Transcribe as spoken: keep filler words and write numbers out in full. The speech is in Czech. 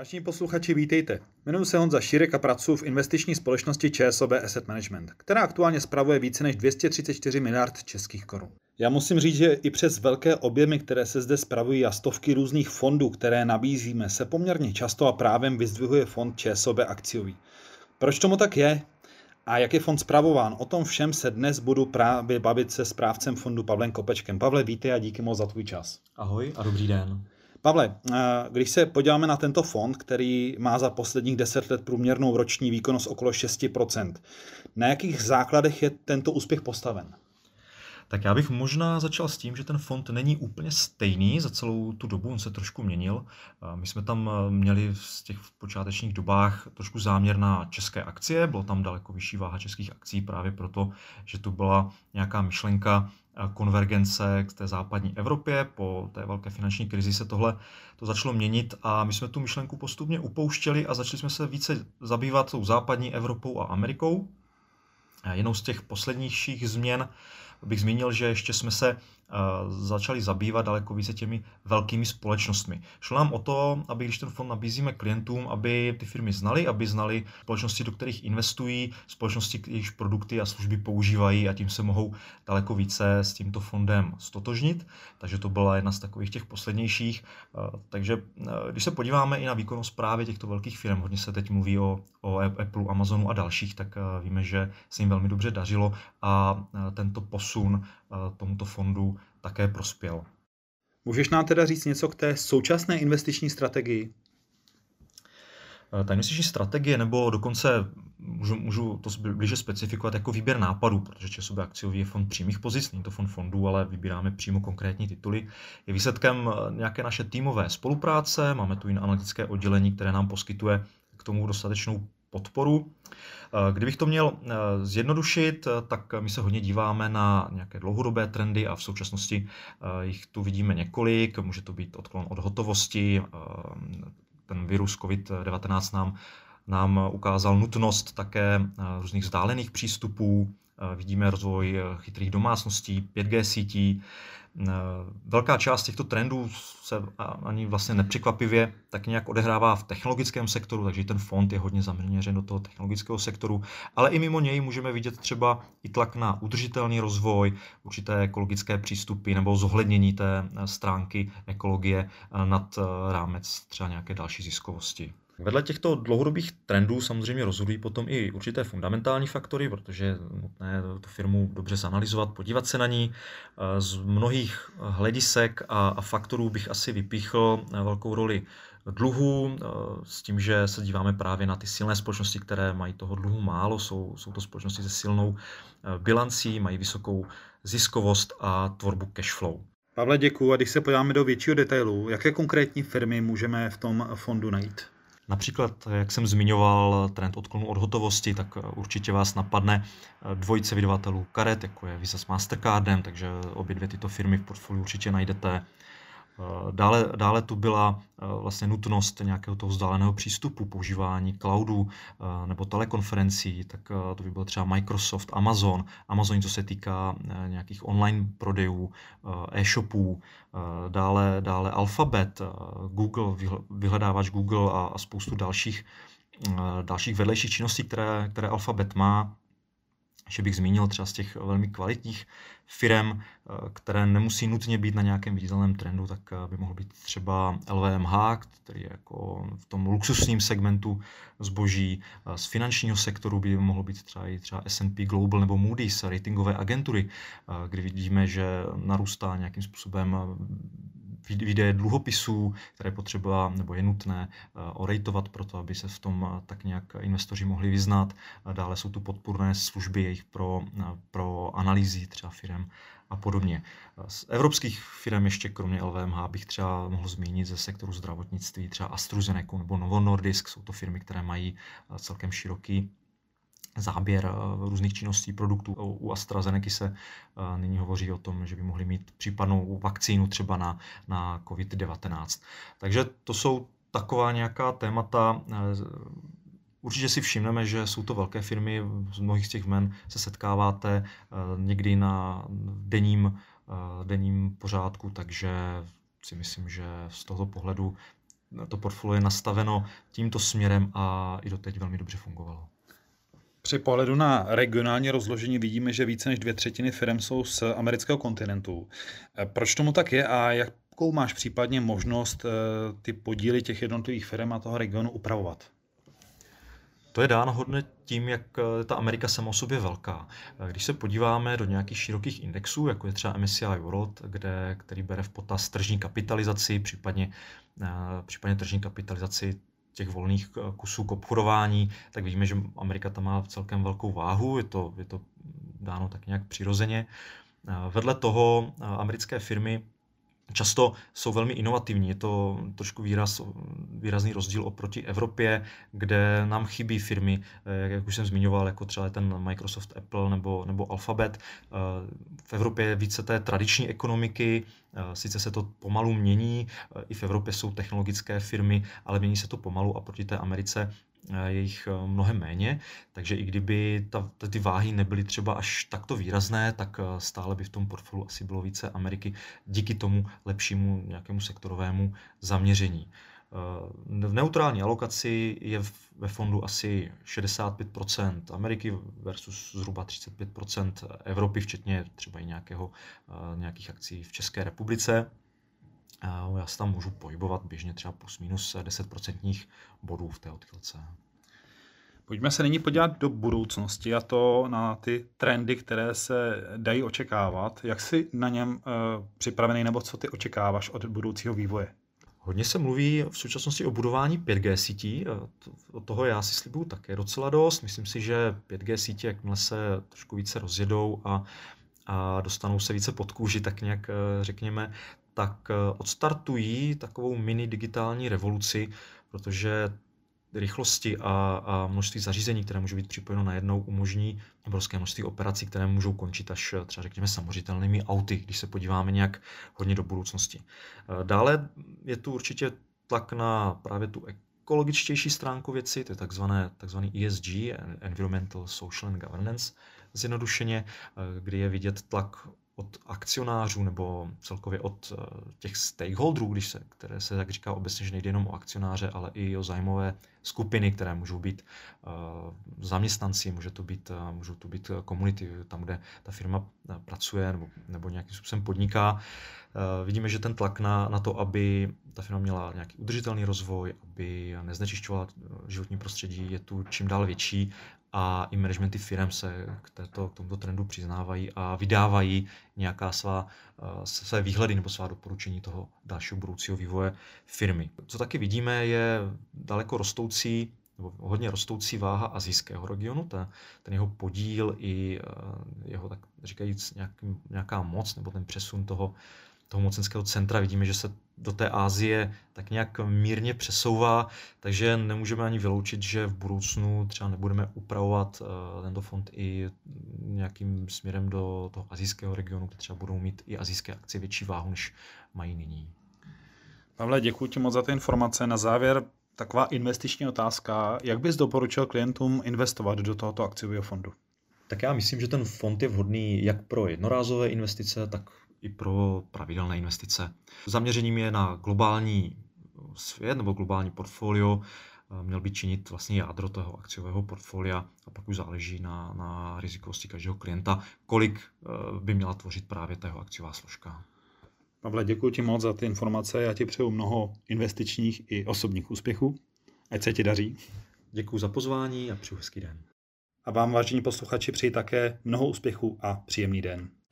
Vážení posluchači, vítejte. Jmenuji se Honza Šírek a pracuji v investiční společnosti ČSOB Asset Management, která aktuálně spravuje více než dvě stě třicet čtyři miliard českých korun. Já musím říct, že i přes velké objemy, které se zde spravují a stovky různých fondů, které nabízíme, se poměrně často a právem vyzdvihuje fond ČSOB akciový. Proč tomu tak je? A jak je fond spravován? O tom všem se dnes budu právě bavit se správcem fondu Pavlem Kopečkem. Pavle, vítej a díky moc za tvůj čas. Ahoj a dobrý den. Pavle, když se podíváme na tento fond, který má za posledních deset let průměrnou roční výkonnost okolo šest procent, na jakých základech je tento úspěch postaven? Tak já bych možná začal s tím, že ten fond není úplně stejný za celou tu dobu, on se trošku měnil. My jsme tam měli v těch počátečních dobách trošku záměr na české akcie, bylo tam daleko vyšší váha českých akcí právě proto, že tu byla nějaká myšlenka konvergence k té západní Evropě. Po té velké finanční krizi se tohle to začalo měnit a my jsme tu myšlenku postupně upouštěli a začali jsme se více zabývat tou západní Evropou a Amerikou. Jednou z těch poslednějších změn bych zmínil, že ještě jsme se začali zabývat daleko více těmi velkými společnostmi. Šlo nám o to, aby když ten fond nabízíme klientům, aby ty firmy znali, aby znali společnosti, do kterých investují, společnosti, jejichž produkty a služby používají a tím se mohou daleko více s tímto fondem stotožnit. Takže to byla jedna z takových těch poslednějších. Takže když se podíváme i na výkonnost právě těchto velkých firm, hodně se teď mluví o, o Apple, Amazonu a dalších, tak víme, že se jim velmi dobře dařilo a tento posun tomuto fondu také prospěl. Můžeš nám teda říct něco k té současné investiční strategii? Ta investiční strategie, nebo dokonce můžu, můžu to blíže specifikovat jako výběr nápadů, protože ČSOB akciový je fond přímých pozic, není to fond fondů, ale vybíráme přímo konkrétní tituly. Je výsledkem nějaké naše týmové spolupráce, máme tu i analytické oddělení, které nám poskytuje k tomu dostatečnou podporu. Kdybych to měl zjednodušit, tak my se hodně díváme na nějaké dlouhodobé trendy a v současnosti jich tu vidíme několik. Může to být odklon od hotovosti, ten virus covid devatenáct nám, nám ukázal nutnost také různých vzdálených přístupů, vidíme rozvoj chytrých domácností, pět G sítí. Velká část těchto trendů se ani vlastně nepřekvapivě tak nějak odehrává v technologickém sektoru, takže ten fond je hodně zaměřen do toho technologického sektoru, ale i mimo něj můžeme vidět třeba i tlak na udržitelný rozvoj, určité ekologické přístupy nebo zohlednění té stránky ekologie nad rámec třeba nějaké další ziskovosti. Vedle těchto dlouhodobých trendů samozřejmě rozhodují potom i určité fundamentální faktory, protože je nutné tu firmu dobře zanalyzovat, podívat se na ní. Z mnohých hledisek a faktorů bych asi vypíchl velkou roli dluhu, s tím, že se díváme právě na ty silné společnosti, které mají toho dluhu málo, jsou, jsou to společnosti se silnou bilancí, mají vysokou ziskovost a tvorbu cash flow. Pavle, děkuju. A když se podíváme do většího detailu, jaké konkrétní firmy můžeme v tom fondu najít? Například, jak jsem zmiňoval, trend odklonu od hotovosti, tak určitě vás napadne dvojice vydavatelů karet, jako je Visa s Mastercardem, takže obě dvě tyto firmy v portfoliu určitě najdete. Dále, dále tu byla vlastně nutnost nějakého toho vzdáleného přístupu, používání cloudu nebo telekonferencí, tak to by bylo třeba Microsoft, Amazon, Amazon, co se týká nějakých online prodejů, e-shopů, dále, dále Alphabet, Google, vyhledávač Google a, a spoustu dalších, dalších vedlejších činností, které, které Alphabet má. Že bych zmínil třeba z těch velmi kvalitních firem, které nemusí nutně být na nějakém viditelném trendu, tak by mohl být třeba L V M H, který je jako v tom luxusním segmentu zboží. Z finančního sektoru by mohl být třeba i třeba S and P Global nebo Moody's, ratingové agentury, kdy vidíme, že narůstá nějakým způsobem výdeje dluhopisů, které potřeba nebo je nutné orejtovat pro to, aby se v tom tak nějak investoři mohli vyznat. Dále jsou tu podpůrné služby jejich pro, pro analýzy třeba firem a podobně. Z evropských firm ještě kromě L V M H bych třeba mohl zmínit ze sektoru zdravotnictví třeba AstraZeneca nebo Novo Nordisk. Jsou to firmy, které mají celkem široký záběr různých činností produktů. U AstraZeneca se nyní hovoří o tom, že by mohli mít případnou vakcínu třeba na, na covid devatenáct. Takže to jsou taková nějaká témata. Určitě si všimneme, že jsou to velké firmy, z mnohých z těch jmen se setkáváte někdy na denním, denním pořádku, takže si myslím, že z tohoto pohledu to portfolio je nastaveno tímto směrem a i doteď velmi dobře fungovalo. Při pohledu na regionální rozložení vidíme, že více než dvě třetiny firm jsou z amerického kontinentu. Proč tomu tak je a jakou máš případně možnost ty podíly těch jednotlivých firm a toho regionu upravovat? To je dáno hodně tím, jak ta Amerika sama o sobě velká. Když se podíváme do nějakých širokých indexů, jako je třeba M S C I World, kde, který bere v potaz tržní kapitalizaci, případně, případně tržní kapitalizaci těch volných kusů k obchodování, tak vidíme, že Amerika tam má celkem velkou váhu, je to, je to dáno tak nějak přirozeně. Vedle toho americké firmy často jsou velmi inovativní. Je to trošku výraz, výrazný rozdíl oproti Evropě, kde nám chybí firmy, jak už jsem zmiňoval, jako třeba ten Microsoft, Apple nebo, nebo Alphabet. V Evropě je více té tradiční ekonomiky, sice se to pomalu mění, i v Evropě jsou technologické firmy, ale mění se to pomalu a proti té Americe je jich mnohem méně, takže i kdyby ta, ty váhy nebyly třeba až takto výrazné, tak stále by v tom portfoliu asi bylo více Ameriky díky tomu lepšímu nějakému sektorovému zaměření. V neutrální alokaci je ve fondu asi šedesát pět procent Ameriky versus zhruba třicet pět procent Evropy, včetně třeba i nějakého, nějakých akcí v České republice. Já se tam můžu pohybovat běžně třeba plus minus deset procentních bodů v té odchylce. Pojďme se nyní podívat do budoucnosti a to na ty trendy, které se dají očekávat. Jak jsi na něm uh, připravený nebo co ty očekáváš od budoucího vývoje? Hodně se mluví v současnosti o budování pět G sítí. Od toho já si slibuju také docela dost. Myslím si, že pět G sítě, jakmile se trošku více rozjedou a, a dostanou se více pod kůži, tak nějak řekněme, tak odstartují takovou mini digitální revoluci, protože rychlosti a, a množství zařízení, které může být připojeno najednou, umožní obrovské množství operací, které můžou končit až třeba řekněme samořitelnými auty, když se podíváme nějak hodně do budoucnosti. Dále je tu určitě tlak na právě tu ekologičtější stránku věci, to je takzvané, takzvaný E S G, Environmental, Social and Governance, zjednodušeně, kdy je vidět tlak od akcionářů nebo celkově od těch stakeholderů, když se, které se tak říká obecně, že nejde jenom o akcionáře, ale i o zájmové skupiny, které můžou být uh, zaměstnanci, může to být, uh, můžou to být komunity, tam, kde ta firma pracuje nebo, nebo nějakým způsobem podniká. Uh, vidíme, že ten tlak na, na to, aby ta firma měla nějaký udržitelný rozvoj, aby neznečišťovala životní prostředí, je tu čím dál větší. A i managementy firm se k, této, k tomuto trendu přiznávají a vydávají nějaká svá, své výhledy nebo svá doporučení toho dalšího budoucího vývoje firmy. Co taky vidíme, je daleko rostoucí, nebo hodně rostoucí váha asijského regionu, ta, ten jeho podíl i jeho, tak říkajíc, nějaký, nějaká moc nebo ten přesun toho, toho mocenského centra. Vidíme, že se do té Asie tak nějak mírně přesouvá, takže nemůžeme ani vyloučit, že v budoucnu třeba nebudeme upravovat uh, tento fond i nějakým směrem do toho asijského regionu, kde třeba budou mít i asijské akcie větší váhu, než mají nyní. Pavle, děkuji ti moc za ty informace. Na závěr taková investiční otázka. Jak bys doporučil klientům investovat do tohoto akciového fondu? Tak já myslím, že ten fond je vhodný jak pro jednorázové investice, tak i pro pravidelné investice. Zaměřením je na globální svět nebo globální portfolio. Měl by činit vlastně jádro toho akciového portfolia a pak už záleží na, na rizikovosti každého klienta, kolik by měla tvořit právě ta jeho akciová složka. Pavle, děkuji ti moc za ty informace. Já ti přeju mnoho investičních i osobních úspěchů. Ať se ti daří. Děkuji za pozvání a přeju hezký den. A vám, vážení posluchači, přeji také mnoho úspěchů a příjemný den.